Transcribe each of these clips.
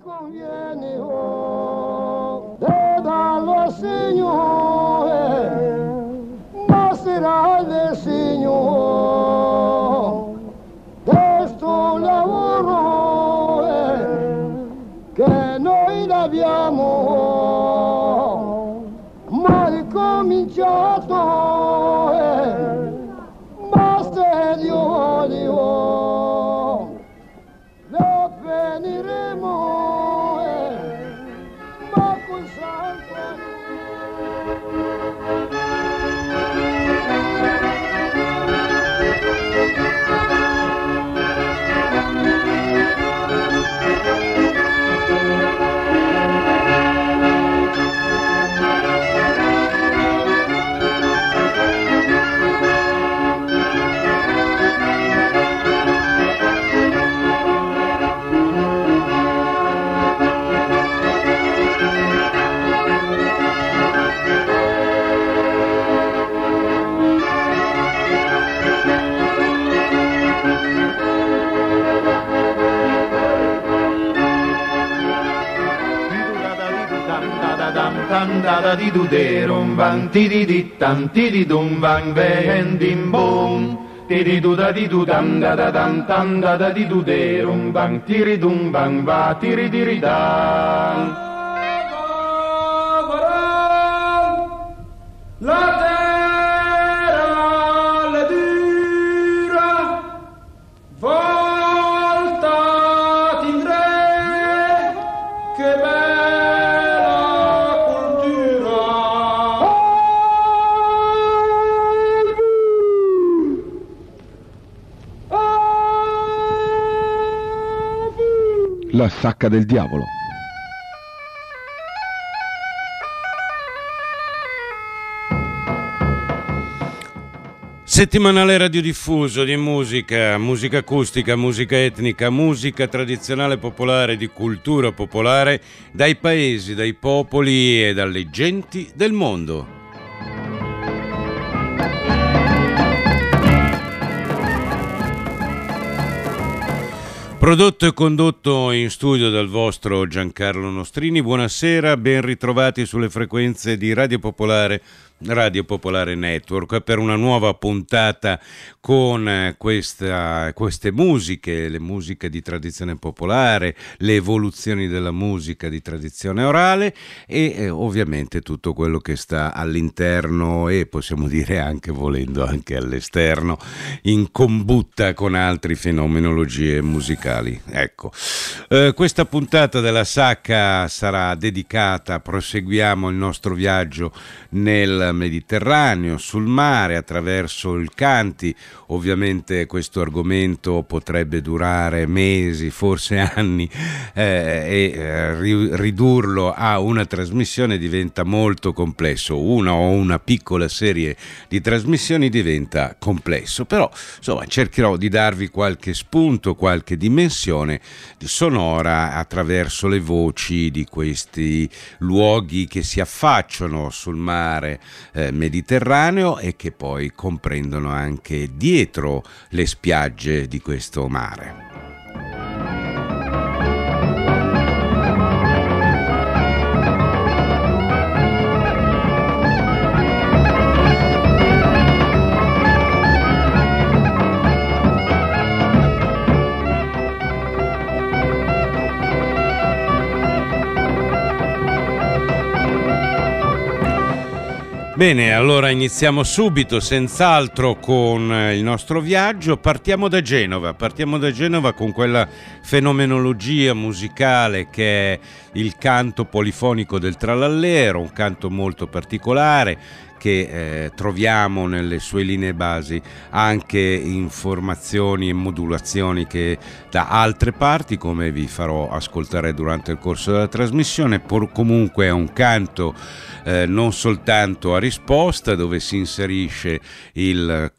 conviene dallo Signore, ma sarà del Signore, questo lavoro che noi l'abbiamo mai cominciato, basta Dio, lo finiremo, ma con santo da da di du de rum bang ti di tam ti di dum bang ven dim bum ti di du dam da da dam tam da da di du de rum bang ti ri dum bang va ti ri di ri dam. La terra le dura volta in re che La sacca del diavolo. Settimanale radiodiffuso di musica, musica acustica, musica etnica, musica tradizionale popolare, di cultura popolare, dai paesi, dai popoli e dalle genti del mondo. Prodotto e condotto in studio dal vostro Giancarlo Nostrini. Buonasera, ben ritrovati sulle frequenze di Radio Popolare Network per una nuova puntata con queste musiche, le musiche di tradizione popolare, le evoluzioni della musica di tradizione orale e ovviamente tutto quello che sta all'interno e possiamo dire anche, volendo, anche all'esterno, in combutta con altre fenomenologie musicali. Ecco, questa puntata della Sacca sarà dedicata, proseguiamo il nostro viaggio nel Mediterraneo, sul mare, attraverso il Canti. Ovviamente questo argomento potrebbe durare mesi, forse anni, ridurlo a una trasmissione diventa molto complesso. Una o una piccola serie di trasmissioni diventa complesso, però insomma cercherò di darvi qualche spunto, qualche dimensione sonora attraverso le voci di questi luoghi che si affacciano sul mare Mediterraneo e che poi comprendono anche dietro le spiagge di questo mare. Bene, allora iniziamo subito, senz'altro, con il nostro viaggio. Partiamo da Genova con quella fenomenologia musicale che è il canto polifonico del trallallero, un canto molto particolare che troviamo nelle sue linee basi anche informazioni e modulazioni che da altre parti, come vi farò ascoltare durante il corso della trasmissione. Comunque è un canto non soltanto a risposta, dove si inserisce il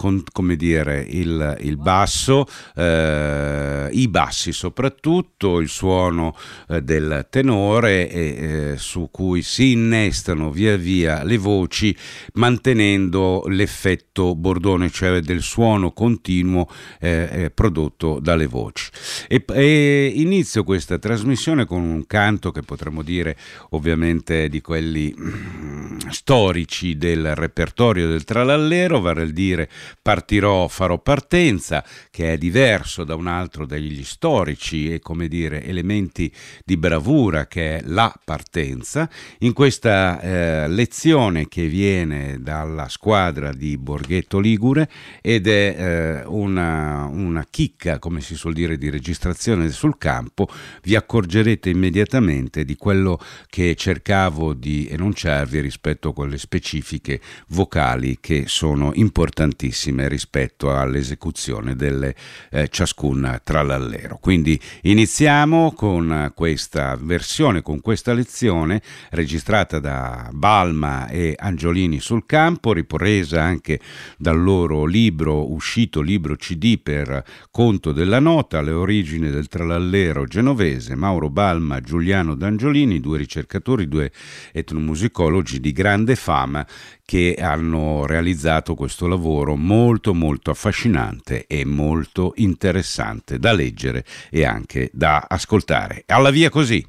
basso, i bassi soprattutto, il suono del tenore, su cui si innestano via via le voci mantenendo l'effetto bordone, cioè del suono continuo prodotto dalle voci. E inizio questa trasmissione con un canto che potremmo dire ovviamente di quelli storici del repertorio del Tralallero, vale a dire Partirò, farò partenza, che è diverso da un altro degli storici e, come dire, elementi di bravura che è la partenza. In questa lezione che viene dalla squadra di Borghetto Ligure ed è una chicca, come si suol dire, di registrazione sul campo, vi accorgerete immediatamente di quello che cercavo di enunciarvi rispetto a quelle specifiche vocali che sono importantissime rispetto all'esecuzione delle ciascun tralallero. Quindi iniziamo con questa versione, con questa lezione registrata da Balma e Angiolini sul campo, ripresa anche dal loro libro uscito, libro CD per conto della nota, le origini del tralallero genovese, Mauro Balma, Giuliano D'Angiolini, due ricercatori, due etnomusicologi di grande fama che hanno realizzato questo lavoro molto molto affascinante e molto interessante da leggere e anche da ascoltare. Alla via così!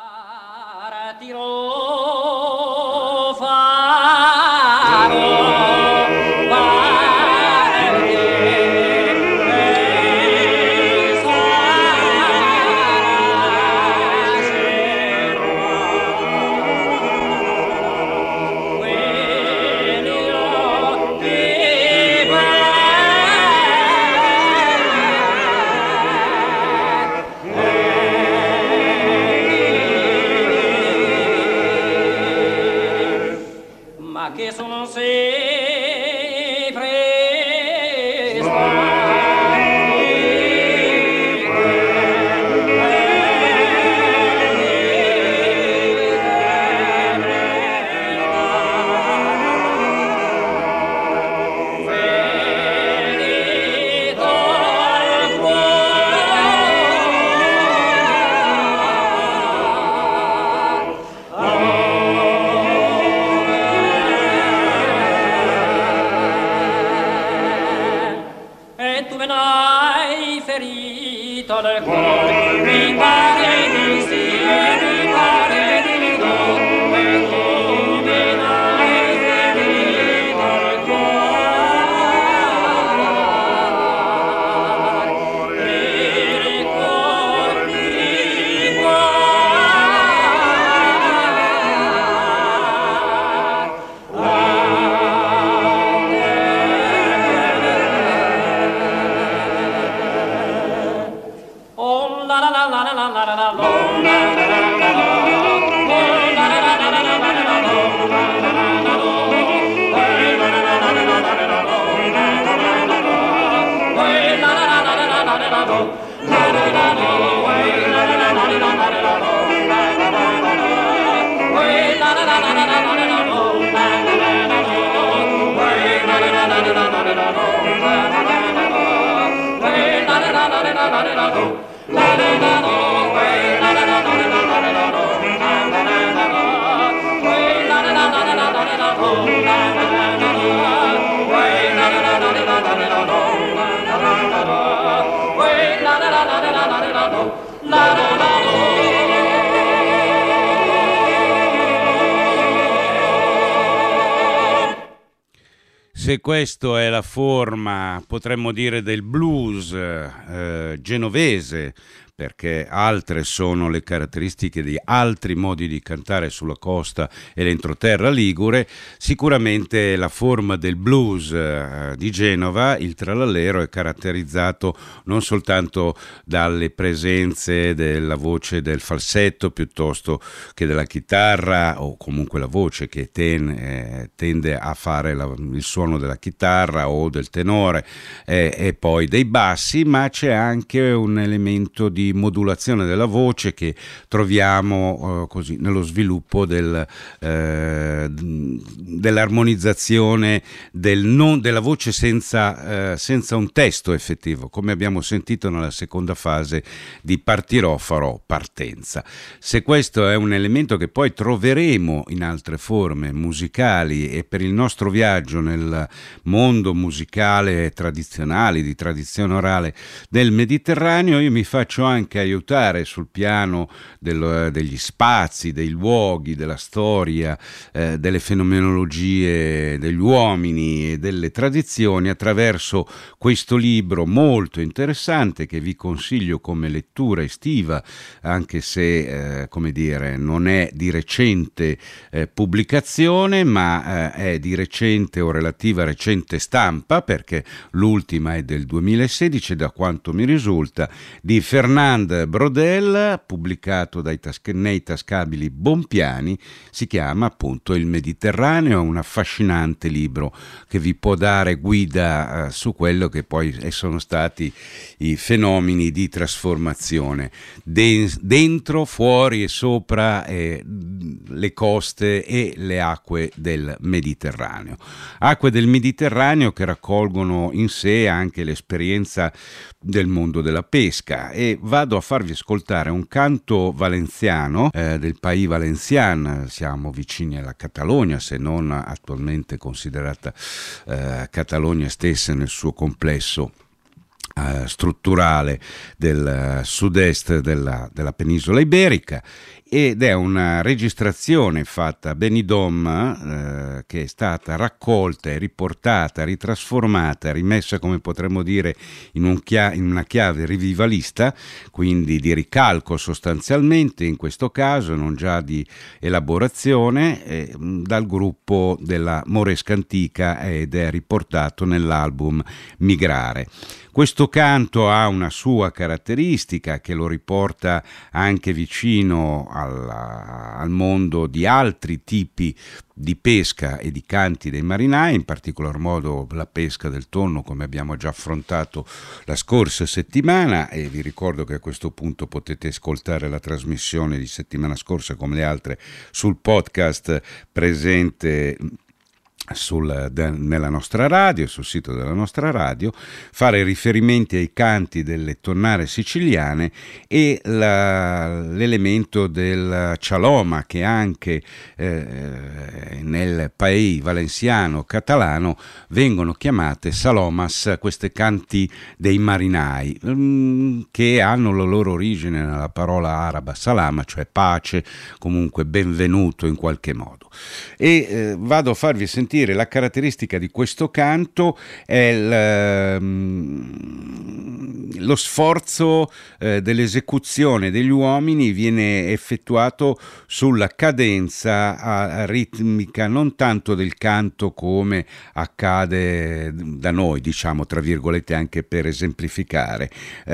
Se questa è la forma, potremmo dire, del blues genovese, perché altre sono le caratteristiche di altri modi di cantare sulla costa e l'entroterra ligure, sicuramente la forma del blues di Genova, il tralallero, è caratterizzato non soltanto dalle presenze della voce del falsetto piuttosto che della chitarra, o comunque la voce che tende a fare il suono della chitarra o del tenore, e poi dei bassi, ma c'è anche un elemento di di modulazione della voce che troviamo così nello sviluppo dell'armonizzazione della voce senza un testo effettivo, come abbiamo sentito nella seconda fase di Partirò, farò partenza. Se questo è un elemento che poi troveremo in altre forme musicali e per il nostro viaggio nel mondo musicale tradizionale, di tradizione orale del Mediterraneo, io mi faccio anche aiutare sul piano degli spazi, dei luoghi, della storia, delle fenomenologie degli uomini e delle tradizioni attraverso questo libro molto interessante che vi consiglio come lettura estiva, anche se come dire non è di recente pubblicazione, ma è di recente o relativa recente stampa, perché l'ultima è del 2016 da quanto mi risulta, di Fernand Braudel, pubblicato nei tascabili Bompiani. Si chiama appunto Il Mediterraneo, è un affascinante libro che vi può dare guida su quello che poi sono stati i fenomeni di trasformazione dentro, fuori e sopra le coste e le acque del Mediterraneo. Acque del Mediterraneo che raccolgono in sé anche l'esperienza del mondo della pesca, e vado a farvi ascoltare un canto valenziano del Pays Valencian. Siamo vicini alla Catalogna, se non attualmente considerata Catalogna stessa nel suo complesso strutturale del sud-est della penisola iberica, ed è una registrazione fatta a Benidorm che è stata raccolta e riportata, ritrasformata, rimessa, come potremmo dire, in una chiave revivalista, quindi di ricalco sostanzialmente, in questo caso non già di elaborazione, dal gruppo della Moresca Antica, ed è riportato nell'album Migrare. Questo canto ha una sua caratteristica che lo riporta anche vicino al mondo di altri tipi di pesca e di canti dei marinai, in particolar modo la pesca del tonno, come abbiamo già affrontato la scorsa settimana, e vi ricordo che a questo punto potete ascoltare la trasmissione di settimana scorsa come le altre sul podcast presente nella nostra radio, sul sito della nostra radio, fare riferimenti ai canti delle tonnare siciliane e l'elemento del cialoma, che anche nel Pays Valenciano catalano vengono chiamate salomas, queste canti dei marinai, che hanno la loro origine nella parola araba salama, cioè pace, comunque benvenuto in qualche modo. E vado a farvi sentire la caratteristica di questo canto è lo sforzo dell'esecuzione degli uomini viene effettuato sulla cadenza ritmica, non tanto del canto come accade da noi, diciamo tra virgolette, anche per esemplificare,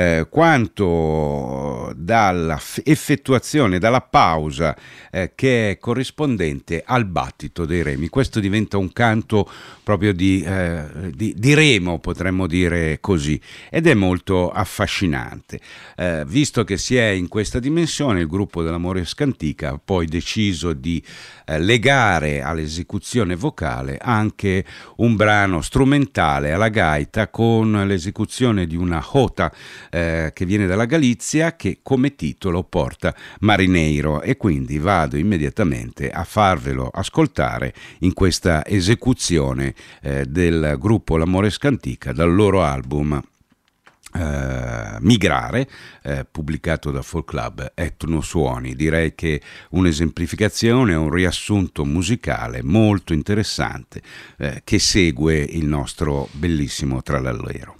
quanto dalla effettuazione, dalla pausa che è corrispondente al battito dei remi. Questo diventa un canto proprio di remo, potremmo dire così, ed è molto affascinante. Visto che si è in questa dimensione, il gruppo della Moresca Antica ha poi deciso di legare all'esecuzione vocale anche un brano strumentale alla gaita con l'esecuzione di una jota che viene dalla Galizia, che come titolo porta Marineiro, e quindi vado immediatamente a farvelo ascoltare in questa esecuzione del gruppo La Moresca Antica dal loro album Migrare, pubblicato da Folk Club Etnosuoni. Direi che un'esemplificazione, un riassunto musicale molto interessante che segue il nostro bellissimo trallallero.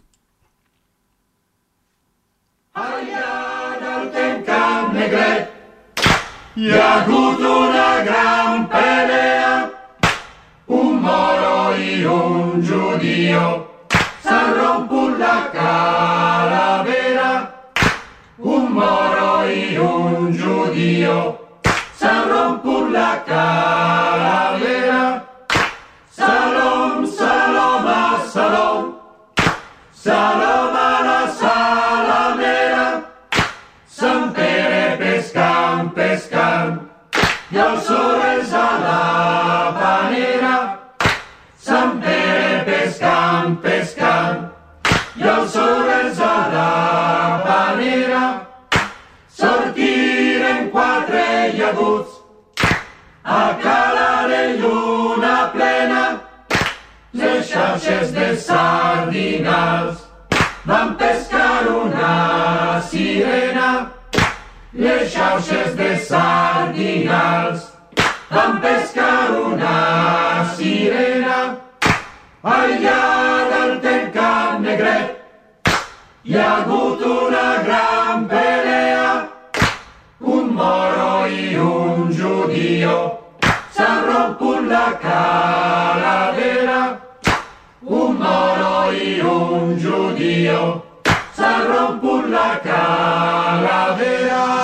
Hi ha avuto una gran pelea, un moro e un giudio, s'han romput la calavera, un moro e un giudio, s'han romput la calavera, salom, saloma, salom, saloma la salamera, Sampere pescan, pescan, io sores alla panera. Sampere pescan, pescan, io sores alla panera. Sortire in quattro gli aguts, a calare luna plena, le xarxes de sardinals van pescar una sirena. Le xarxes de sardinals van pescar una sirena. Allà dalt en Camp Negret hi ha hagut una gran pelea. Un moro i un judío s'han romput la calavera. Un moro i un judío s'han romput la calavera.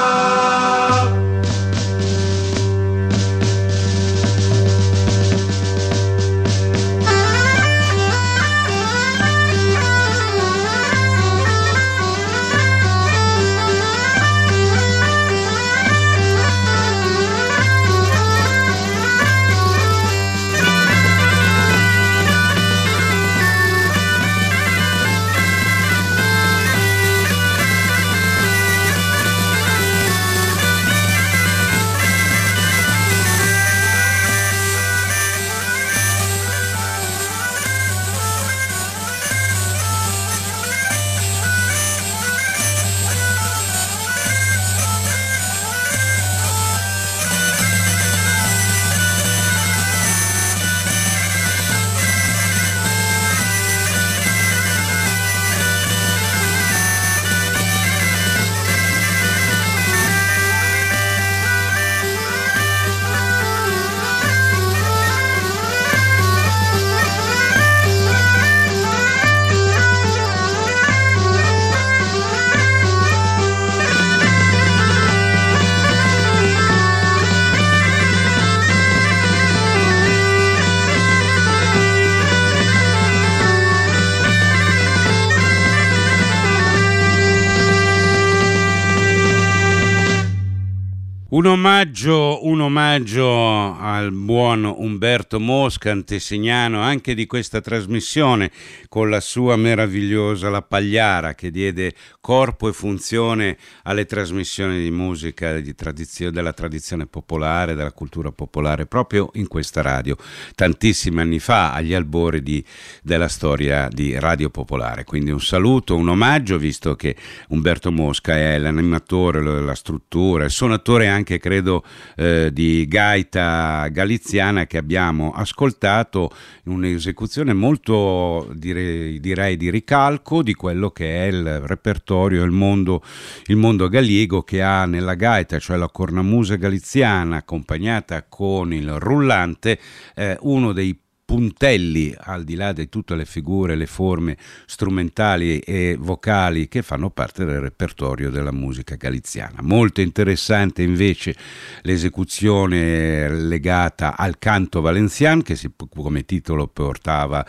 Un omaggio al buon Umberto Mosca, antesignano anche di questa trasmissione, con la sua meravigliosa La Pagliara, che diede corpo e funzione alle trasmissioni di musica della tradizione popolare, della cultura popolare, proprio in questa radio, tantissimi anni fa, agli albori della storia di Radio Popolare. Quindi un saluto, un omaggio, visto che Umberto Mosca è l'animatore, la struttura, il suonatore anche credo di gaita galiziana, che abbiamo ascoltato in un'esecuzione molto direi di ricalco di quello che è il repertorio, il mondo gallego, che ha nella gaita, cioè la cornamusa galiziana accompagnata con il rullante, uno dei puntelli, al di là di tutte le figure, le forme strumentali e vocali che fanno parte del repertorio della musica galiziana. Molto interessante invece l'esecuzione legata al canto valenzian, che come titolo portava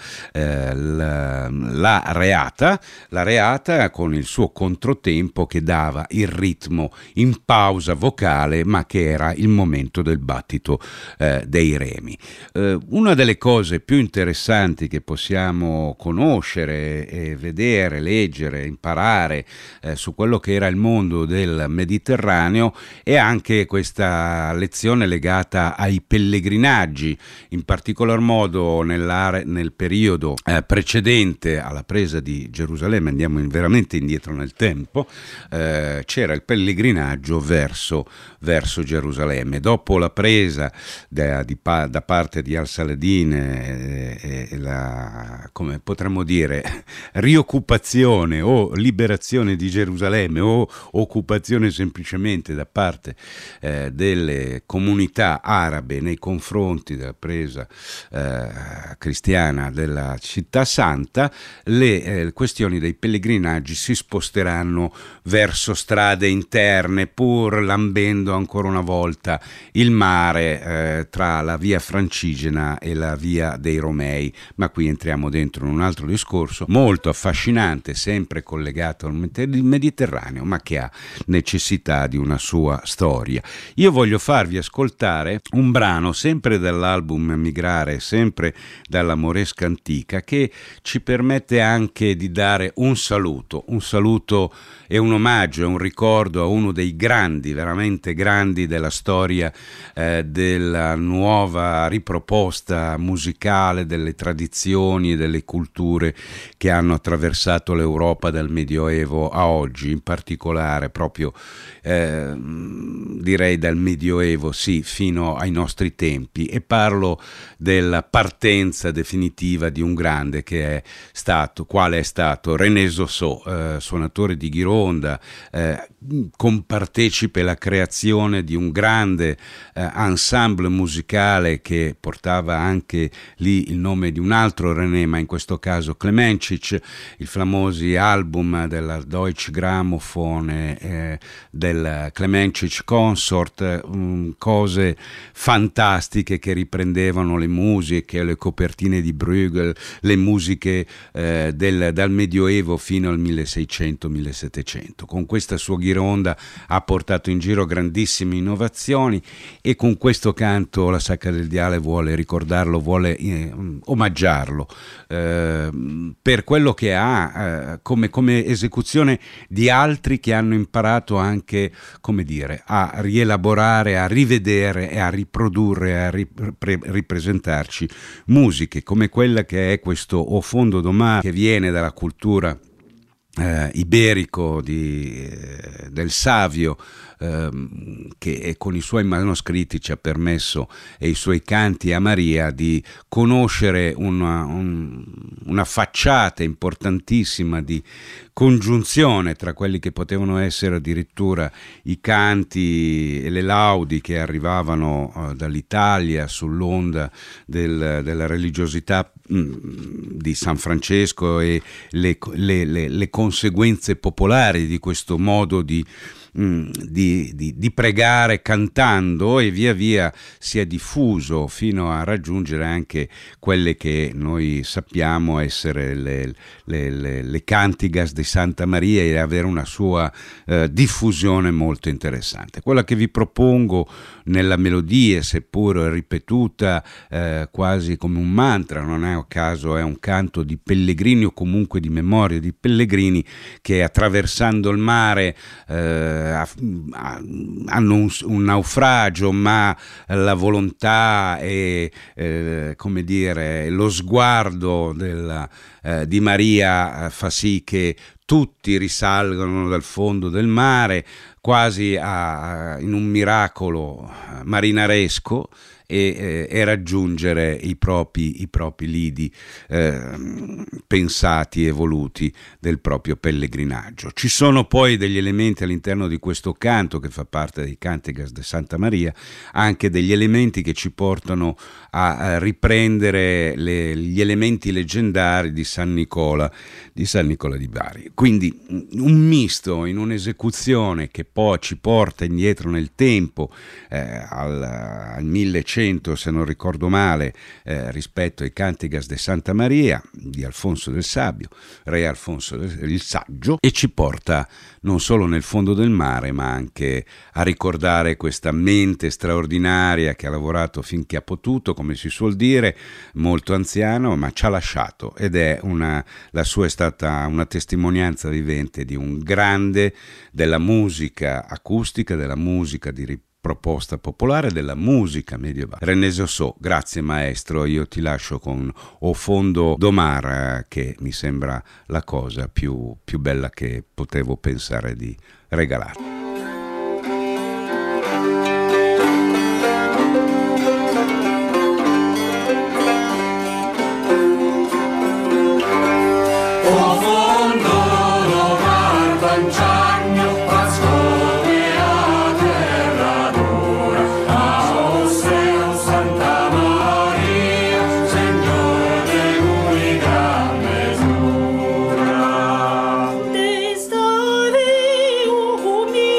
la reata, con il suo controtempo che dava il ritmo in pausa vocale, ma che era il momento del battito dei remi. Una delle cose più interessanti che possiamo conoscere e vedere, leggere, imparare su quello che era il mondo del Mediterraneo è anche questa lezione legata ai pellegrinaggi, in particolar modo nel periodo precedente alla presa di Gerusalemme. Andiamo veramente indietro nel tempo, c'era il pellegrinaggio verso Gerusalemme. Dopo la presa da parte di Al-Saladin, la, come potremmo dire, rioccupazione o liberazione di Gerusalemme, o occupazione semplicemente da parte delle comunità arabe nei confronti della presa cristiana della città santa, le questioni dei pellegrinaggi si sposteranno verso strade interne, pur lambendo ancora una volta il mare tra la via Francigena e la via storia dei Romei, ma qui entriamo dentro in un altro discorso molto affascinante, sempre collegato al Mediterraneo, ma che ha necessità di una sua storia. Io voglio farvi ascoltare un brano sempre dall'album Migrare, sempre dalla Moresca Antica, che ci permette anche di dare un saluto e un omaggio, un ricordo a uno dei grandi, veramente grandi della storia della nuova riproposta musicale, delle tradizioni e delle culture che hanno attraversato l'Europa dal Medioevo a oggi, in particolare proprio direi dal Medioevo, sì, fino ai nostri tempi, e parlo della partenza definitiva di un grande che è stato, quale è stato René Zosso, suonatore di ghironda, compartecipe alla creazione di un grande ensemble musicale che portava anche lì il nome di un altro René, ma in questo caso Klemenčić, il famosi album della Deutsche Grammophon, del Klemenčić Consort, cose fantastiche che riprendevano le musiche, le copertine di Bruegel, le musiche dal Medioevo fino al 1600-1700. Con questa sua ghironda ha portato in giro grandissime innovazioni, e con questo canto la Sacca del Diale vuole ricordarlo, vuole omaggiarlo per quello che ha come esecuzione di altri che hanno imparato anche, come dire, a rielaborare, a rivedere e a riprodurre, a ripresentarci musiche come quella che è questo O Fondo do Mar, che viene dalla cultura iberico del Savio, che con i suoi manoscritti ci ha permesso, e i suoi canti a Maria, di conoscere una facciata importantissima di congiunzione tra quelli che potevano essere addirittura i canti e le laudi che arrivavano dall'Italia sull'onda della religiosità di San Francesco, e le conseguenze popolari di questo modo di pregare cantando, e via via si è diffuso fino a raggiungere anche quelle che noi sappiamo essere le cantigas di Santa Maria, e avere una sua diffusione molto interessante. Quella che vi propongo nella melodia, seppur ripetuta quasi come un mantra, non è a caso, è un canto di pellegrini, o comunque di memoria di pellegrini che, attraversando il mare, hanno un naufragio, ma la volontà e come dire, lo sguardo di Maria fa sì che tutti risalgano dal fondo del mare, quasi in un miracolo marinaresco, e raggiungere i propri lidi pensati e voluti del proprio pellegrinaggio. Ci sono poi degli elementi all'interno di questo canto, che fa parte dei Cantigas de Santa Maria, anche degli elementi che ci portano a riprendere gli elementi leggendari di San Nicola di Bari. Quindi un misto in un'esecuzione che poi ci porta indietro nel tempo, al 1100, se non ricordo male, rispetto ai Cantigas de Santa Maria di Alfonso del Sabio, re Alfonso il Saggio, e ci porta non solo nel fondo del mare, ma anche a ricordare questa mente straordinaria che ha lavorato finché ha potuto, come si suol dire, molto anziano, ma ci ha lasciato, ed è la sua è stata una testimonianza vivente di un grande della musica acustica, della musica di proposta popolare, della musica medievale. René Zosso, grazie maestro, io ti lascio con O Fondo do Mar, che mi sembra la cosa più bella che potevo pensare di regalarti. Destavi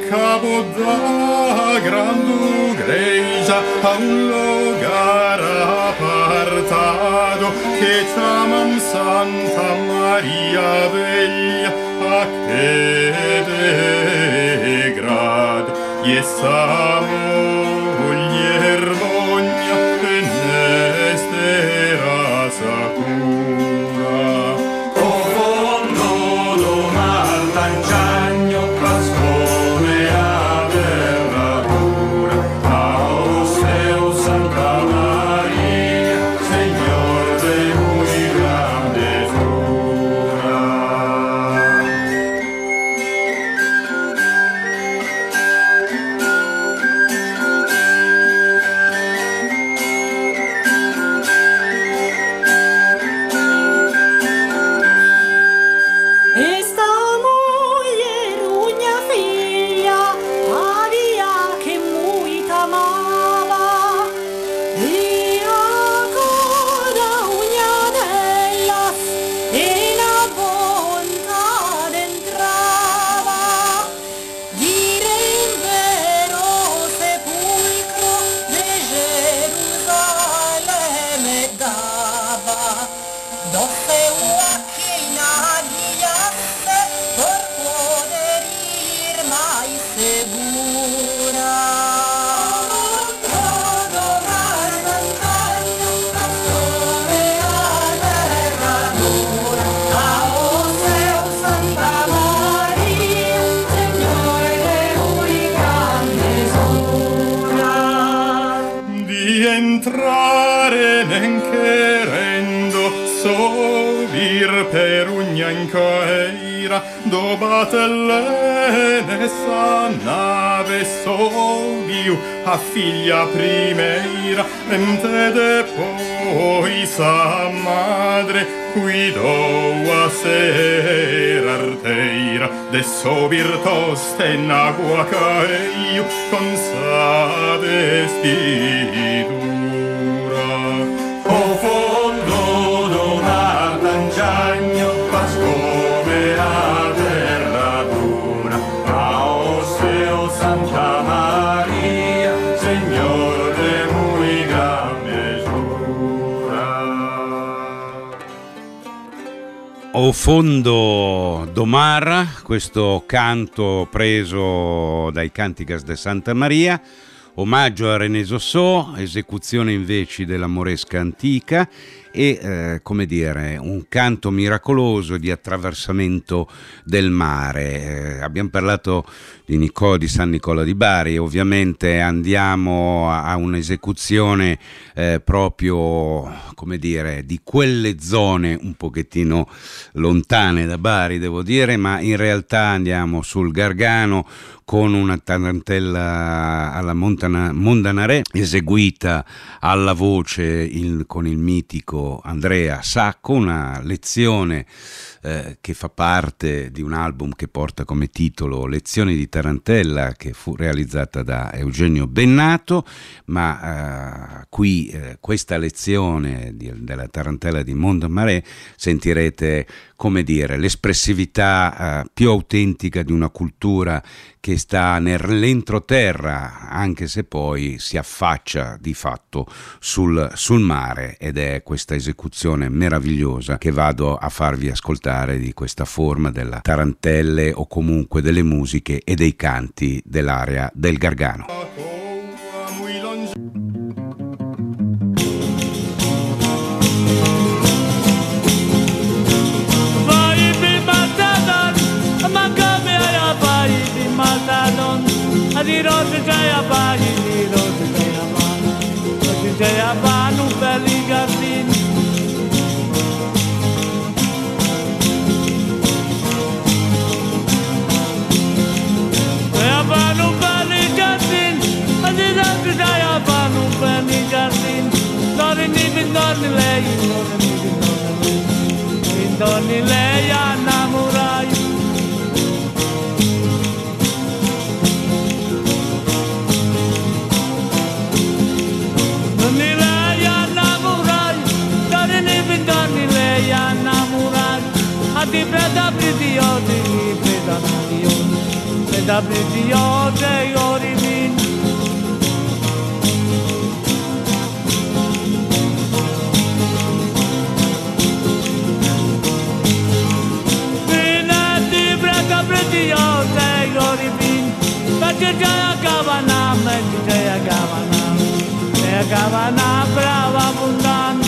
cabo da grandugreja a un lugar apartado que llaman Santa Maria Veglia a che degrad y esa mujer voglia en este raza cura o fondo do mar tanciagno pascone a verradura a seu Santa Maria Señor de muy grande cura. Esta mujer uña figlia avia che muy t'amava e a coda uña dellas en a bontà d'entrava dire in vero sepulcro de Gerusalemme dava doce uacchina guiasse por poder ir mai segura. Todo mar d'antaño, pastore a verradura, a seu Santa Maria, Señor de muy grande sura. Di entrare nen querendo sovir per ugnancoeira do batellene sa nave soviu a figlia primeira mente de poi sa madre guidou a ser arteira de sovir tosten agua caeiu con sa vestidura o fondo do mar tanciagno pascome a verradura a seu Santa Maria Señor de muy grande sura. O fondo do mar, questo canto preso dai Cantigas de Santa Maria, omaggio a René Zossò, esecuzione invece della Moresca antica e come dire un canto miracoloso di attraversamento del mare. Abbiamo parlato di San Nicola di Bari, ovviamente andiamo a un'esecuzione proprio come dire di quelle zone un pochettino lontane da Bari, devo dire, ma in realtà andiamo sul Gargano con una tarantella alla Mondanarè eseguita alla voce con il mitico Andrea Sacco, una lezione che fa parte di un album che porta come titolo Lezioni di Tarantella, che fu realizzata da Eugenio Bennato, ma qui questa lezione della tarantella di Mondanarè sentirete, come dire, l'espressività più autentica di una cultura che sta nell'entroterra, anche se poi si affaccia di fatto sul mare, ed è questa esecuzione meravigliosa che vado a farvi ascoltare di questa forma della tarantelle o comunque delle musiche e dei canti dell'area del Gargano. Di rose jaya bani, di rose jaya banu belli giardini. Jaya banu belli giardini, di rose jaya banu belli giardini. Dorni lei, dorni lei annamorai. Ti preda pridioti, preda da preziosa io rivin. Fina di brata preziosa io rivin. Perché c'è Gavana, c'è Gavana, c'è Gavana brava bundan.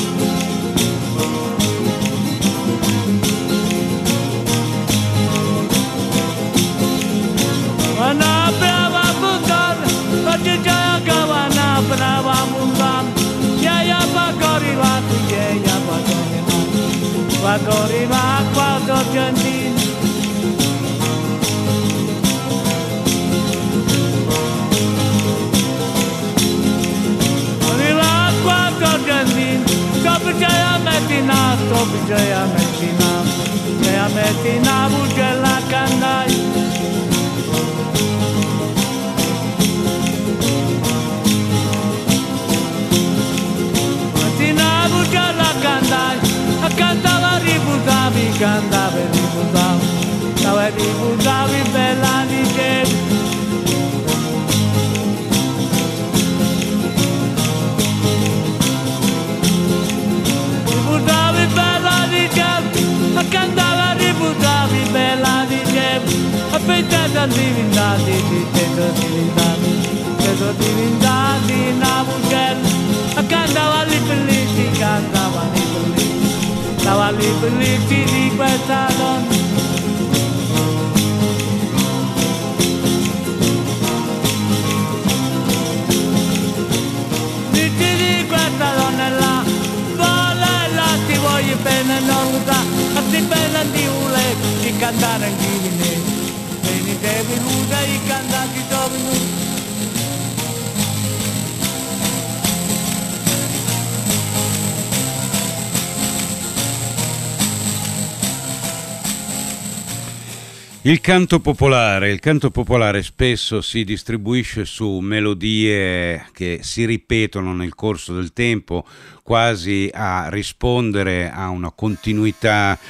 Wana brava bundan, perché c'è Gavana brava bundan. Ya bagori va, ya bagori va, quattro giardini. Jaya Metina, Topi Jaya Metina, Bujela Kandai. Metina, Bujela Kandai, cantava ribudavi, stava ribudavi, bella di gente. Cantava ribudavi bella di gem, appetita diventati, diventati Nabucel, cantava lì bellissimi, stava lì bellissimi di questa donna. Dici di questa donna là, vola e là ti voglio bene, non lo sa. Si bella di ule, di cantare anche di me. Veni te venuta, i cantanti sono venuti. Il canto popolare spesso si distribuisce su melodie che si ripetono nel corso del tempo, quasi a rispondere a una continuità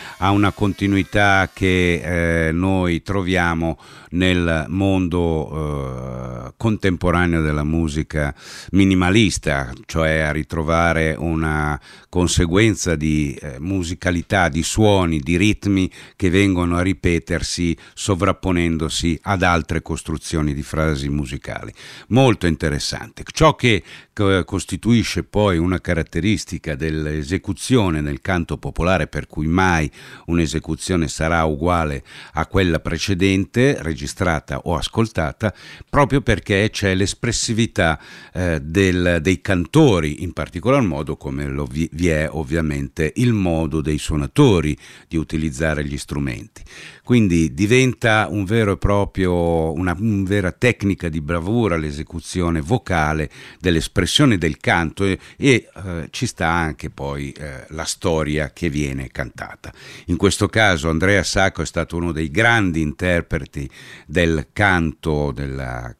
che noi troviamo nel mondo contemporaneo della musica minimalista, cioè a ritrovare una conseguenza di musicalità, di suoni, di ritmi che vengono a ripetersi sovrapponendosi ad altre costruzioni di frasi musicali. Molto interessante. Ciò che costituisce poi una caratteristica dell'esecuzione nel canto popolare, per cui mai un'esecuzione sarà uguale a quella precedente, registrata o ascoltata, proprio perché c'è l'espressività dei cantori, in particolar modo, come vi è ovviamente il modo dei suonatori di utilizzare gli strumenti. Quindi diventa un vero e proprio una vera tecnica di bravura l'esecuzione vocale dell'espressione del canto e ci sta anche poi la storia che viene cantata. In questo caso Andrea Sacco è stato uno dei grandi interpreti del canto della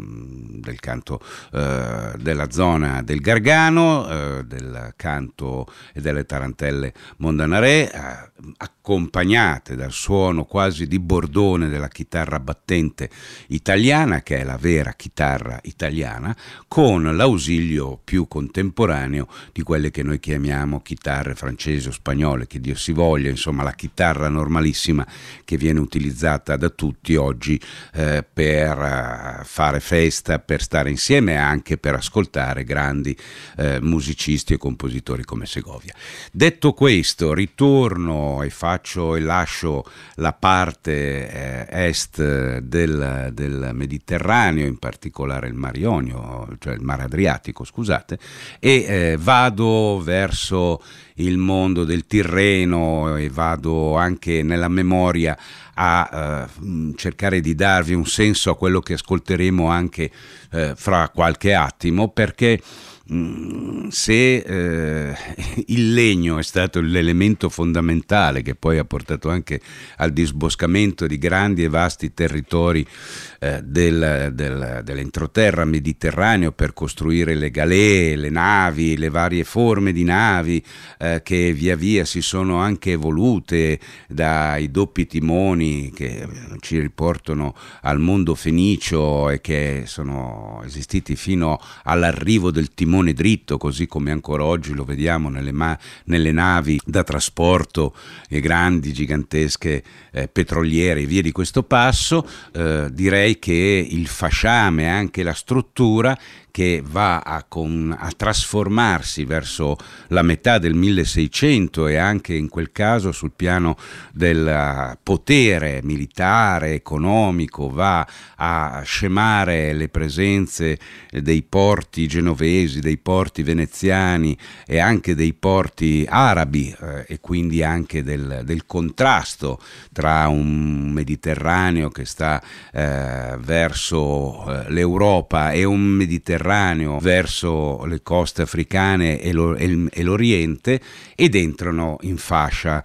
zona del Gargano, del canto e delle tarantelle mondanarè, accompagnate dal suono quasi di bordone della chitarra battente italiana, che è la vera chitarra italiana, con l'ausilio più contemporaneo di quelle che noi chiamiamo chitarre francesi o spagnole, che Dio si voglia, insomma la chitarra normalissima che viene utilizzata da tutti oggi per fare festa, per stare insieme e anche per ascoltare grandi musicisti e compositori come Segovia. Detto questo, ritorno e lascio la parte est del Mediterraneo, in particolare il Mar Ionio, cioè il Mar Adriatico, scusate, e vado verso il mondo del Tirreno e vado anche nella memoria a cercare di darvi un senso a quello che ascolteremo anche fra qualche attimo, perché se il legno è stato l'elemento fondamentale che poi ha portato anche al disboscamento di grandi e vasti territori dell'entroterra mediterraneo per costruire le galee, le navi, le varie forme di navi che via via si sono anche evolute, dai doppi timoni nomi che ci riportano al mondo fenicio e che sono esistiti fino all'arrivo del timone dritto, così come ancora oggi lo vediamo nelle navi da trasporto e grandi, gigantesche petroliere e via di questo passo. Direi che il fasciame, anche la struttura che va a trasformarsi verso la metà del 1600 e anche in quel caso sul piano del potere militare, economico, va a scemare le presenze dei porti genovesi, dei porti veneziani e anche dei porti arabi, e quindi anche del contrasto tra un Mediterraneo che sta verso l'Europa e un Mediterraneo verso le coste africane e l'Oriente, ed entrano in fascia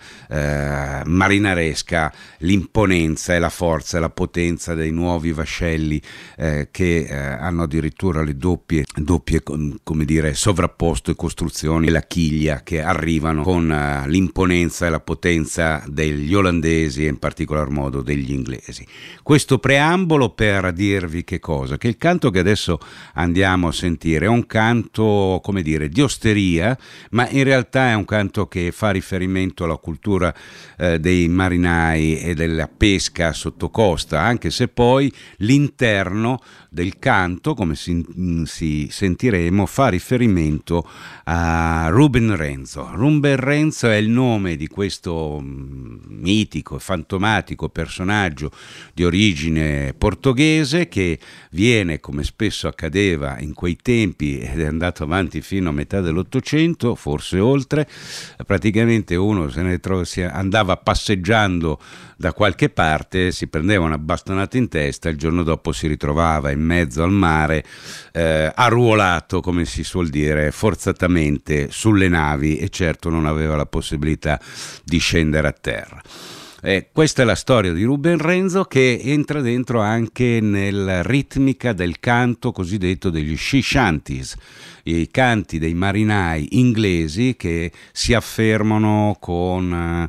marinaresca l'imponenza e la forza e la potenza dei nuovi vascelli che hanno addirittura le doppie come dire sovrapposte costruzioni e la chiglia, che arrivano con l'imponenza e la potenza degli olandesi e in particolar modo degli inglesi. Questo preambolo per dirvi che cosa? Che il canto che adesso andiamo a sentire è un canto, come dire, di osteria, ma in realtà è un canto che fa riferimento alla cultura dei marinai e della pesca sottocosta, anche se poi l'interno del canto, come si sentiremo, fa riferimento a Ruben Renzo. Ruben Renzo è il nome di questo mitico e fantomatico personaggio di origine portoghese che viene, come spesso accadeva in quei tempi ed è andato avanti fino a metà dell'Ottocento, forse oltre, praticamente uno andava passeggiando da qualche parte, si prendeva una bastonata in testa, il giorno dopo si ritrovava in mezzo al mare, arruolato, come si suol dire, forzatamente sulle navi, e certo non aveva la possibilità di scendere a terra. Questa è la storia di Ruben Renzo, che entra dentro anche nella ritmica del canto cosiddetto degli sea shanties, i canti dei marinai inglesi che si affermano con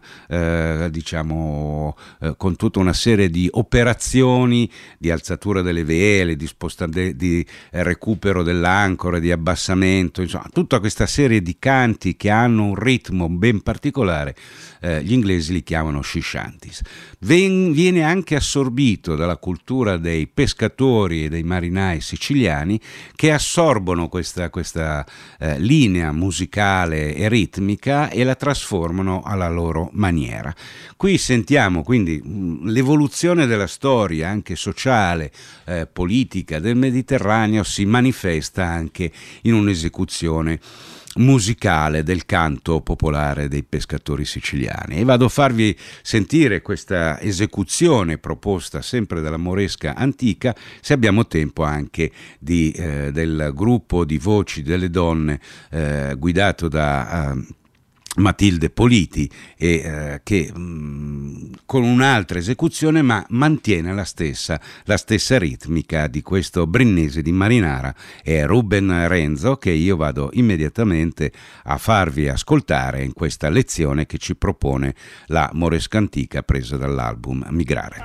con tutta una serie di operazioni di alzatura delle vele, di recupero dell'ancora, di abbassamento, insomma tutta questa serie di canti che hanno un ritmo ben particolare. Gli inglesi li chiamano sea shanties. Viene anche assorbito dalla cultura dei pescatori e dei marinai siciliani, che assorbono questa linea musicale e ritmica e la trasformano alla loro maniera. Qui sentiamo quindi l'evoluzione della storia anche sociale, politica del Mediterraneo si manifesta anche in un'esecuzione musicale del canto popolare dei pescatori siciliani, e vado a farvi sentire questa esecuzione proposta sempre dalla Moresca Antica, se abbiamo tempo anche del gruppo di voci delle donne guidato da Matilde Politi, che con un'altra esecuzione ma mantiene la stessa ritmica di questo brinnese di Marinara, è Ruben Renzo, che io vado immediatamente a farvi ascoltare in questa lezione che ci propone la Moresca Antica, presa dall'album Migrare.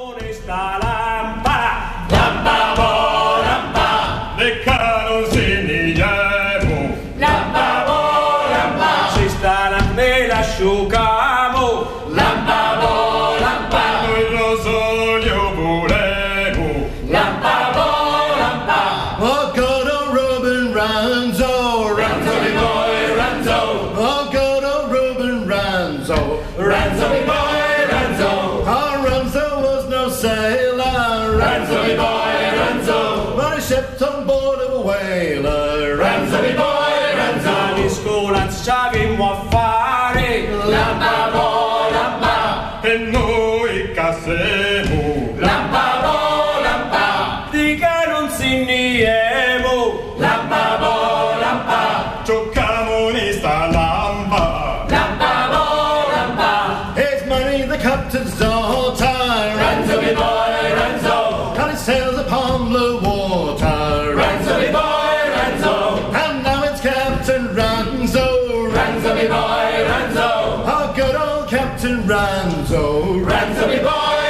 Asciugamo, lampa, lampa, noi lo soglio volevo, lampa, lampa. Oh, go to Ruben Renzo, Renzo, mi boy, Renzo, oh, go to Ruben Renzo, Renzo, mi boy, Renzo, oh, Renzo was no sailor, Renzo, mi boy, Renzo, but he shipped on board of a whaler, Renzo, mi boy, Renzo. Di scuola sappiamo a fare, Lampa, lampa, e noi cassemo, lampa, lampa, di che non si niemo, lampa, lampa, giocamo in sta lampa, lampa, lampa. it's Mary the captain's daughter, Renzo, mi boy, Renzo, and he sails upon the water, Renzo, mi boy, Renzo, and now it's Captain Renzo, Renzo, mi boy, Renzo, oh, good old Captain Renzo, Renzo, mi boy,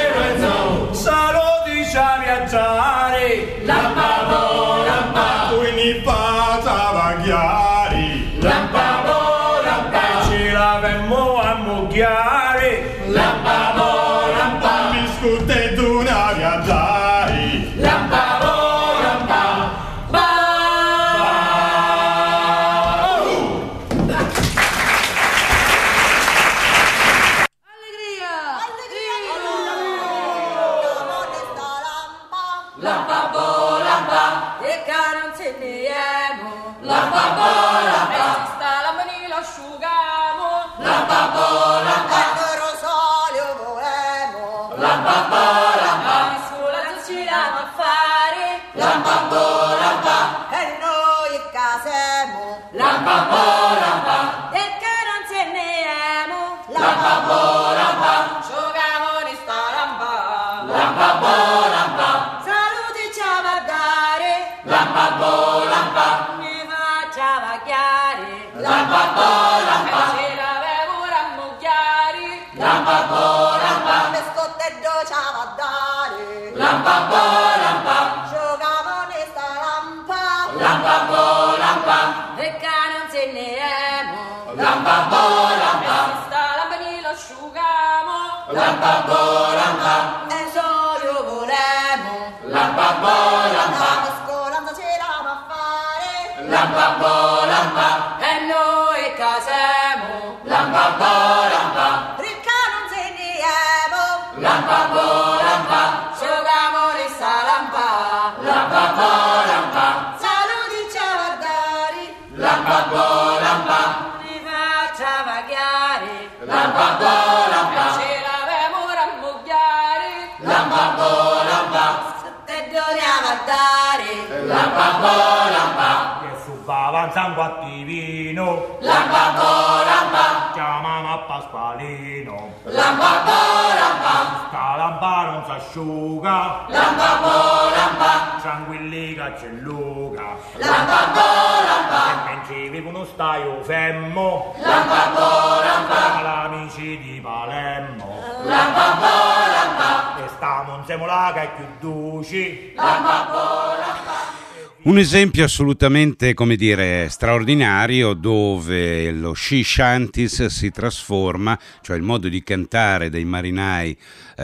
insegniamo. Lampa lampa, sta la mani lo asciugamo. Lampa lampa, e rosolio volemo. Lampa lampa, in scuola ci diamo a fare. Lampa lampa, e noi casemo. Lampa lampa, e che non insegniamo. Lampa lampa, giochiamo in sta lampa. Lampa lampa, saluti ci va a dare. Lampa lampa, mi facciamo chiari. Lampa lampa, e ce l'avevo rammucchiari. Lampa lampa, mi scotteggio ci va a dare. Lampa lampa, giocavo in sta lampa. Lampa lampa, e che non insegniamo. Lampa lampa, e sta lampa lo asciugamo. Lampa lampa, e solo volemo. Lampa lampa, la scolanza ce la va a fare. Lampa lampa, e noi casemo. Lampa lampa, ricca non insegniamo. Lampa lampa, giochiamo in sta lampa. Lampa lampa, saluti ci va a dare. Lampa lampa, mi facciamo chiari. Lampa lampa, ce l'avevo rammucchiari. Lampa lampa, te dobbiamo a dare. Lampa lampa, Che subava un sangue attivino, lampa lampa, chiamava Pasqualino. lampa lampa, Sta lampa non s'asciuga, lampa lampa, tranquillica c'è Luca. lampa lampa, E pensivi con uno staio fermo, lampa lampa, all'amici di Palermo. lampa lampa, E stiamo insieme là che è più duci. lampa lampa. Un esempio assolutamente, come dire, straordinario, dove lo sci shanties si trasforma, cioè il modo di cantare dei marinai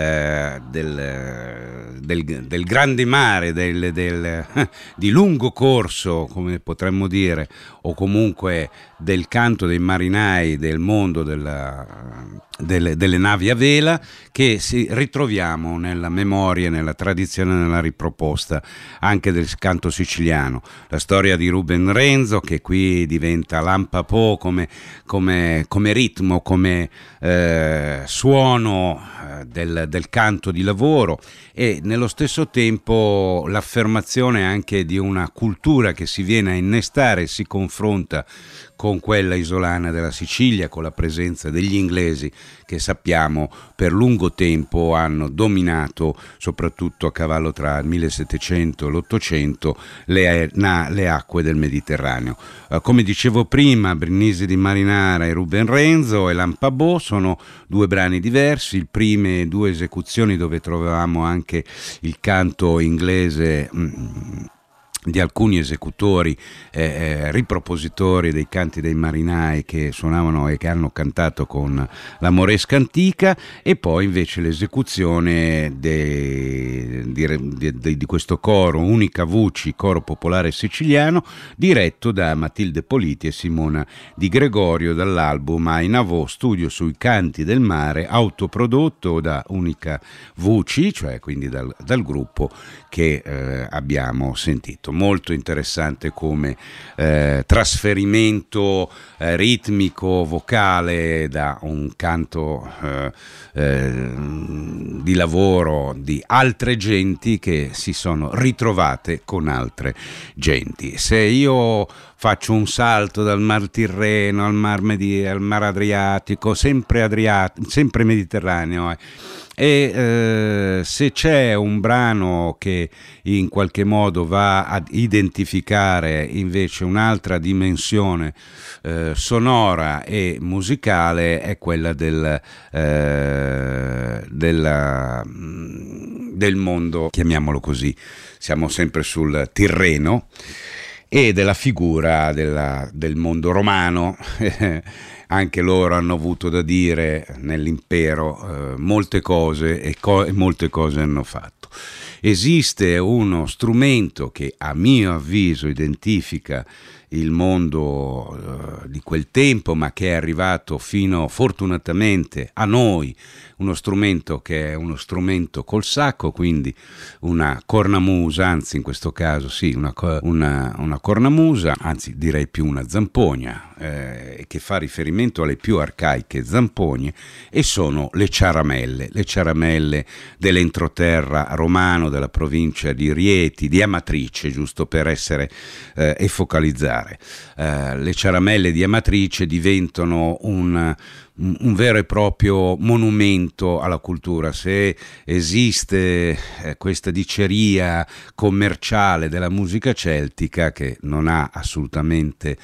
del grande mare, di lungo corso, come potremmo dire, o comunque del canto dei marinai del mondo delle navi a vela, che ritroviamo nella memoria, nella tradizione, nella riproposta anche del canto siciliano. La storia di Ruben Renzo, che qui diventa Lampapò come ritmo, come suono del canto di lavoro, e nello stesso tempo l'affermazione anche di una cultura che si viene a innestare e si confronta con quella isolana della Sicilia, con la presenza degli inglesi che sappiamo per lungo tempo hanno dominato, soprattutto a cavallo tra il 1700 e l'800, le acque del Mediterraneo. Come dicevo prima, Brindisi di Marinara e Ruben Renzo e Lampabò sono due brani diversi, le prime due esecuzioni dove trovavamo anche il canto inglese di alcuni esecutori ripropositori dei canti dei marinai che suonavano e che hanno cantato con la Moresca antica, e poi invece l'esecuzione di questo coro Unica Voci, coro popolare siciliano, diretto da Matilde Politi e Simona Di Gregorio, dall'album Ainavò, studio sui canti del mare, autoprodotto da Unica Voci, cioè quindi dal gruppo che abbiamo sentito. Molto interessante come trasferimento ritmico, vocale da un canto di lavoro di altre genti che si sono ritrovate con altre genti. Se io faccio un salto dal Mar Tirreno al Mar Adriatico, sempre Mediterraneo, e se c'è un brano che in qualche modo va ad identificare invece un'altra dimensione sonora e musicale, è quella del mondo, chiamiamolo così, siamo sempre sul Tirreno. e della figura del mondo romano. Anche loro hanno avuto da dire nell'impero molte cose e molte cose hanno fatto. Esiste uno strumento che a mio avviso identifica il mondo di quel tempo, ma che è arrivato fino fortunatamente a noi, uno strumento che è uno strumento col sacco, quindi una cornamusa, anzi in questo caso sì, una cornamusa, anzi direi più una zampogna, che fa riferimento alle più arcaiche zampogne, e sono le ciaramelle dell'entroterra romano della provincia di Rieti, di Amatrice, giusto per essere e focalizzare. Le ciaramelle di Amatrice diventano un vero e proprio monumento alla cultura. Se esiste questa diceria commerciale della musica celtica, che non ha assolutamente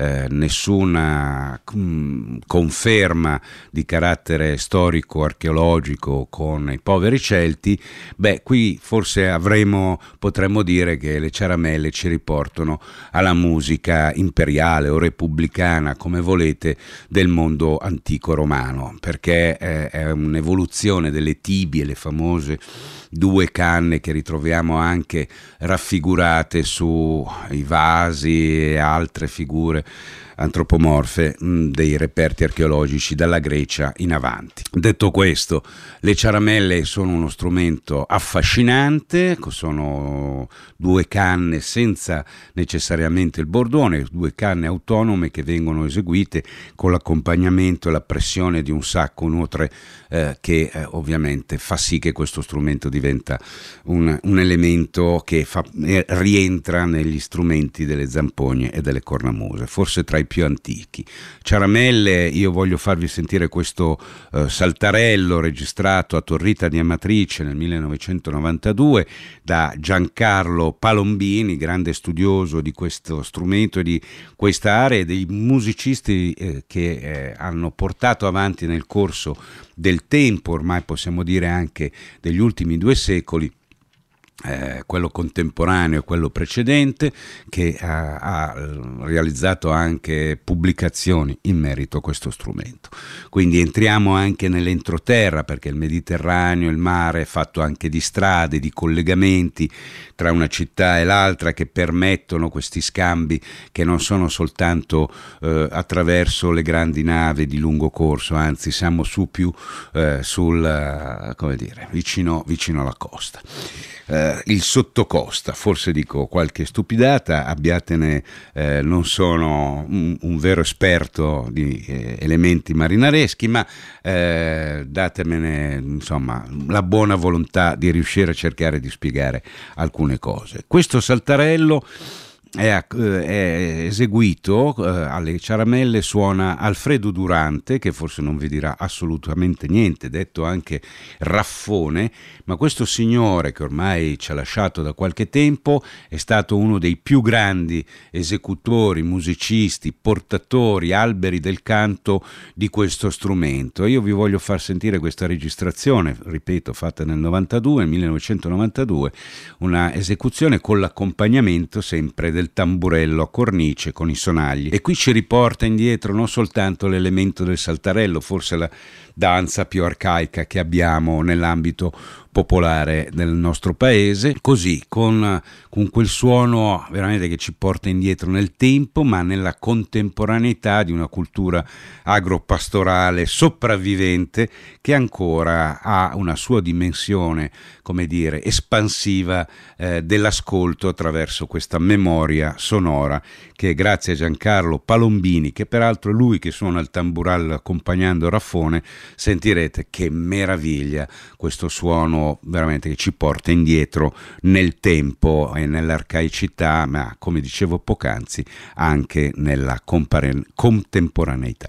nessuna conferma di carattere storico-archeologico con i poveri Celti, qui forse potremmo dire che le ciaramelle ci riportano alla musica imperiale o repubblicana, come volete, del mondo antico romano, perché è un'evoluzione delle tibie, le famose due canne che ritroviamo anche raffigurate sui vasi e altre figure antropomorfe dei reperti archeologici dalla Grecia in avanti. Detto questo, le ciaramelle sono uno strumento affascinante, sono due canne senza necessariamente il bordone, due canne autonome che vengono eseguite con l'accompagnamento e la pressione di un sacco nutre che ovviamente fa sì che questo strumento diventa un elemento che rientra negli strumenti delle zampogne e delle cornamuse, forse tra i più antichi. Ciaramelle, io voglio farvi sentire questo saltarello registrato a Torrita di Amatrice nel 1992 da Giancarlo Palombini, grande studioso di questo strumento e di questa area, e dei musicisti che hanno portato avanti nel corso del tempo, ormai possiamo dire anche degli ultimi 2 secoli, quello contemporaneo e quello precedente, che ha realizzato anche pubblicazioni in merito a questo strumento. Quindi entriamo anche nell'entroterra, perché il Mediterraneo, il mare, è fatto anche di strade, di collegamenti tra una città e l'altra, che permettono questi scambi che non sono soltanto attraverso le grandi navi di lungo corso, anzi siamo su più vicino alla costa. Il sottocosta, forse dico qualche stupidata, abbiatene, non sono un vero esperto di elementi marinareschi, ma datemene insomma la buona volontà di riuscire a cercare di spiegare alcune cose. Questo saltarello è eseguito, alle ciaramelle suona Alfredo Durante, che forse non vi dirà assolutamente niente, detto anche Raffone, ma questo signore, che ormai ci ha lasciato da qualche tempo, è stato uno dei più grandi esecutori, musicisti, portatori, alberi del canto di questo strumento. Io vi voglio far sentire questa registrazione, ripeto, fatta nel 1992, una esecuzione con l'accompagnamento sempre del tamburello a cornice con i sonagli, e qui ci riporta indietro non soltanto l'elemento del saltarello, forse la danza più arcaica che abbiamo nell'ambito popolare del nostro paese, così con quel suono veramente che ci porta indietro nel tempo, ma nella contemporaneità di una cultura agropastorale sopravvivente che ancora ha una sua dimensione, come dire, espansiva dell'ascolto attraverso questa memoria sonora che, grazie a Giancarlo Palombini, che peraltro è lui che suona il tamburello accompagnando Raffone, sentirete che meraviglia questo suono veramente che ci porta indietro nel tempo e nell'arcaicità, ma come dicevo poc'anzi anche nella contemporaneità.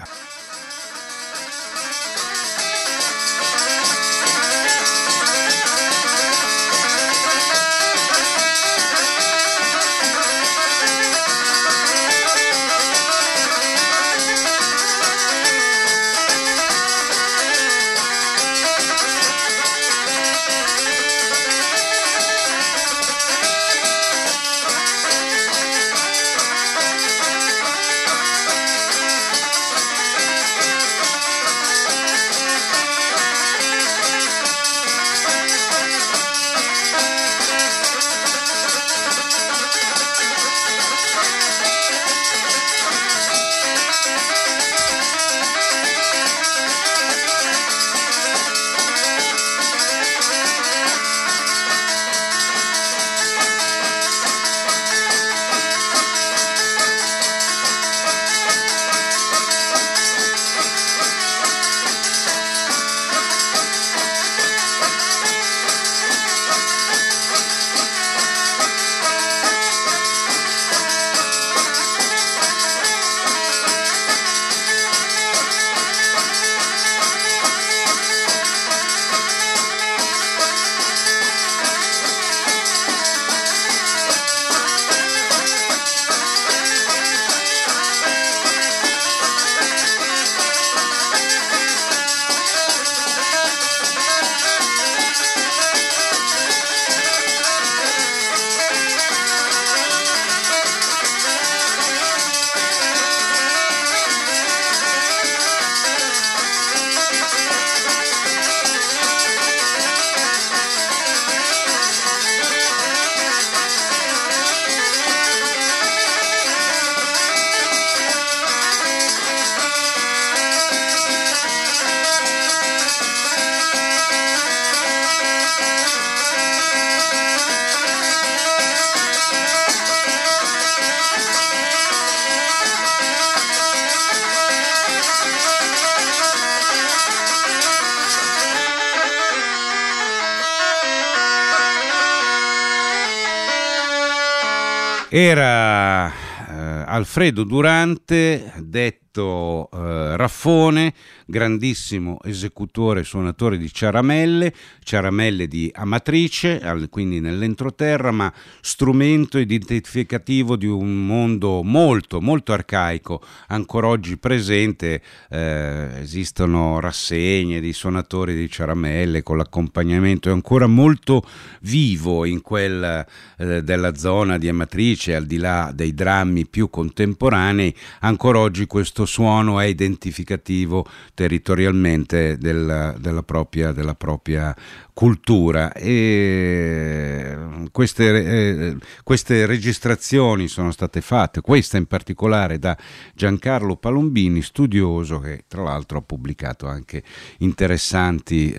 Era Alfredo Durante, detto Raffone, grandissimo esecutore e suonatore di ciaramelle di Amatrice, quindi nell'entroterra, ma strumento identificativo di un mondo molto, molto arcaico, ancora oggi presente. Esistono rassegne di suonatori di ciaramelle con l'accompagnamento, è ancora molto vivo in quella della zona di Amatrice, al di là dei drammi più contemporanei. Ancora oggi questo suono è identificativo territorialmente della propria cultura, e queste registrazioni sono state fatte, questa in particolare, da Giancarlo Palombini, studioso, che tra l'altro ha pubblicato anche interessanti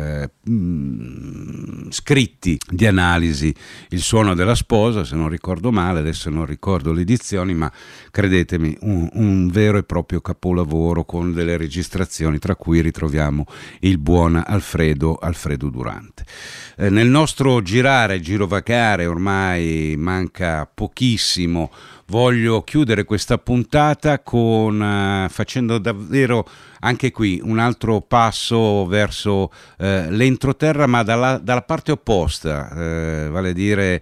scritti di analisi. Il suono della sposa, se non ricordo male, adesso non ricordo le edizioni, ma credetemi, un vero e proprio capolavoro con delle registrazioni tra cui ritroviamo il buon Alfredo Durante. Nel nostro girovagare ormai manca pochissimo. Voglio chiudere questa puntata facendo davvero anche qui un altro passo verso l'entroterra, ma dalla parte opposta, vale a dire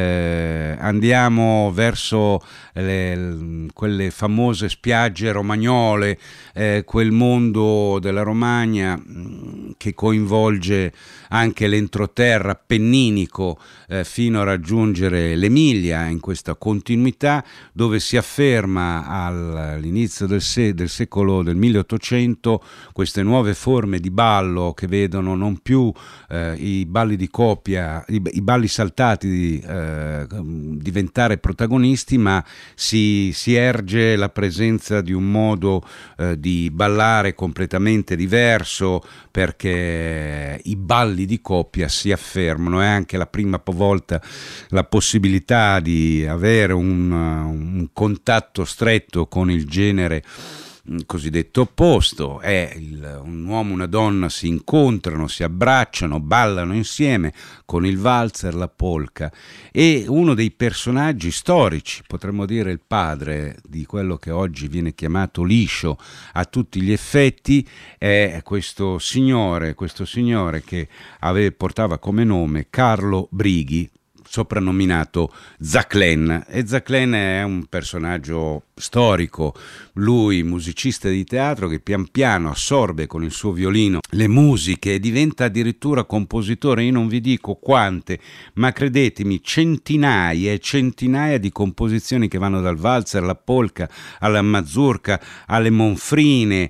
andiamo verso quelle famose spiagge romagnole, quel mondo della Romagna che coinvolge anche l'entroterra appenninico fino a raggiungere l'Emilia, in questa continuità dove si afferma all'inizio del secolo del 1800 queste nuove forme di ballo che vedono non più i balli di coppia, i balli saltati diventare protagonisti, ma si erge la presenza di un modo di ballare completamente diverso, perché i balli di coppia si affermano. È anche la prima volta la possibilità di avere un contatto stretto con il genere cosiddetto opposto. Un uomo e una donna si incontrano, si abbracciano, ballano insieme con il valzer, la polka, e uno dei personaggi storici, potremmo dire il padre di quello che oggi viene chiamato liscio a tutti gli effetti, è questo signore che portava come nome Carlo Brighi, soprannominato Zaclén. E Zaclén è un personaggio storico, lui musicista di teatro che pian piano assorbe con il suo violino le musiche e diventa addirittura compositore. Io non vi dico quante, ma credetemi, centinaia e centinaia di composizioni che vanno dal valzer alla polka, alla mazurka, alle monfrine,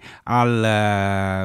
ai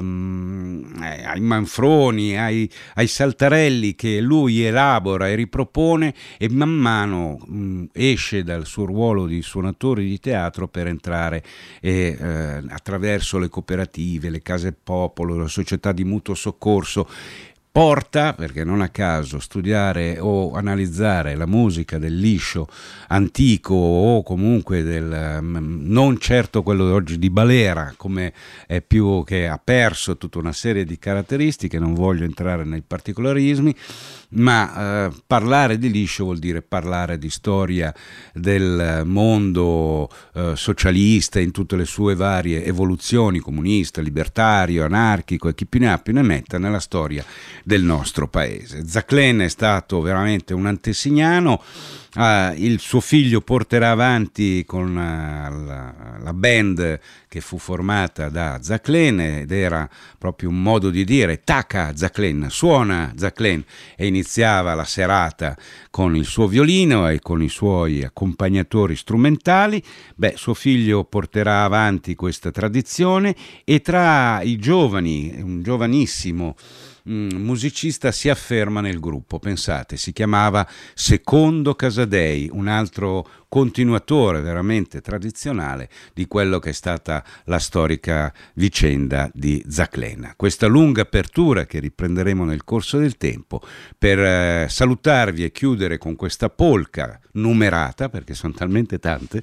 manfroni, ai saltarelli, che lui elabora e ripropone, e man mano esce dal suo ruolo di suonatore di teatro per entrare attraverso le cooperative, le case popolo, la società di mutuo soccorso. Porta, perché non a caso, studiare o analizzare la musica del liscio antico, o comunque non certo quello oggi di Balera, come è più che ha perso tutta una serie di caratteristiche, non voglio entrare nei particolarismi, ma parlare di liscio vuol dire parlare di storia del mondo socialista in tutte le sue varie evoluzioni, comunista, libertario, anarchico, e chi più ne ha più ne metta, nella storia del nostro paese. Zaclén è stato veramente un antesignano. Il suo figlio porterà avanti con la band che fu formata da Zaclén, ed era proprio un modo di dire taca Zaclén, suona Zaclén, e iniziava la serata con il suo violino e con i suoi accompagnatori strumentali. Suo figlio porterà avanti questa tradizione, e tra i giovani, un giovanissimo musicista si afferma nel gruppo. Pensate, si chiamava Secondo Casadei, un altro continuatore veramente tradizionale di quello che è stata la storica vicenda di Zaclén. Questa lunga apertura che riprenderemo nel corso del tempo, per salutarvi e chiudere con questa polka numerata, perché sono talmente tante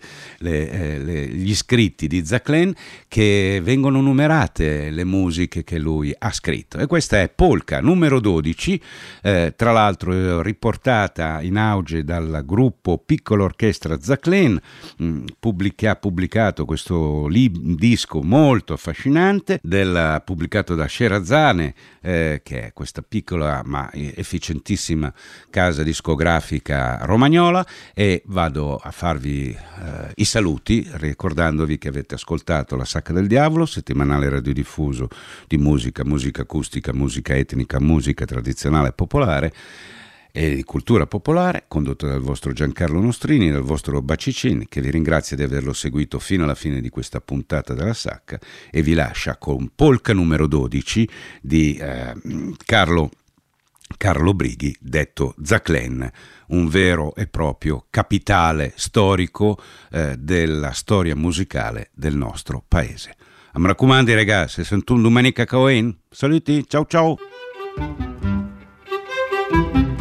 gli scritti di Zaclén, che vengono numerate le musiche che lui ha scritto, e questa è polka polka numero 12, tra l'altro riportata in auge dal gruppo Piccola Orchestra Zaclén, ha pubblicato questo disco molto affascinante, pubblicato da Sherazade, che è questa piccola ma efficientissima casa discografica romagnola, e vado a farvi i saluti ricordandovi che avete ascoltato La Sacca del Diavolo, settimanale radiodiffuso di musica acustica, musica etnica, musica tradizionale e popolare e di cultura popolare, condotto dal vostro Giancarlo Nostrini, dal vostro Bacicin, che vi ringrazia di averlo seguito fino alla fine di questa puntata della Sacca, e vi lascia con polka numero 12 di Carlo Brighi, detto Zaclén, un vero e proprio capitale storico della storia musicale del nostro paese. Mi raccomando, ragazzi, se sentite domenica Cohen, saluti, ciao ciao!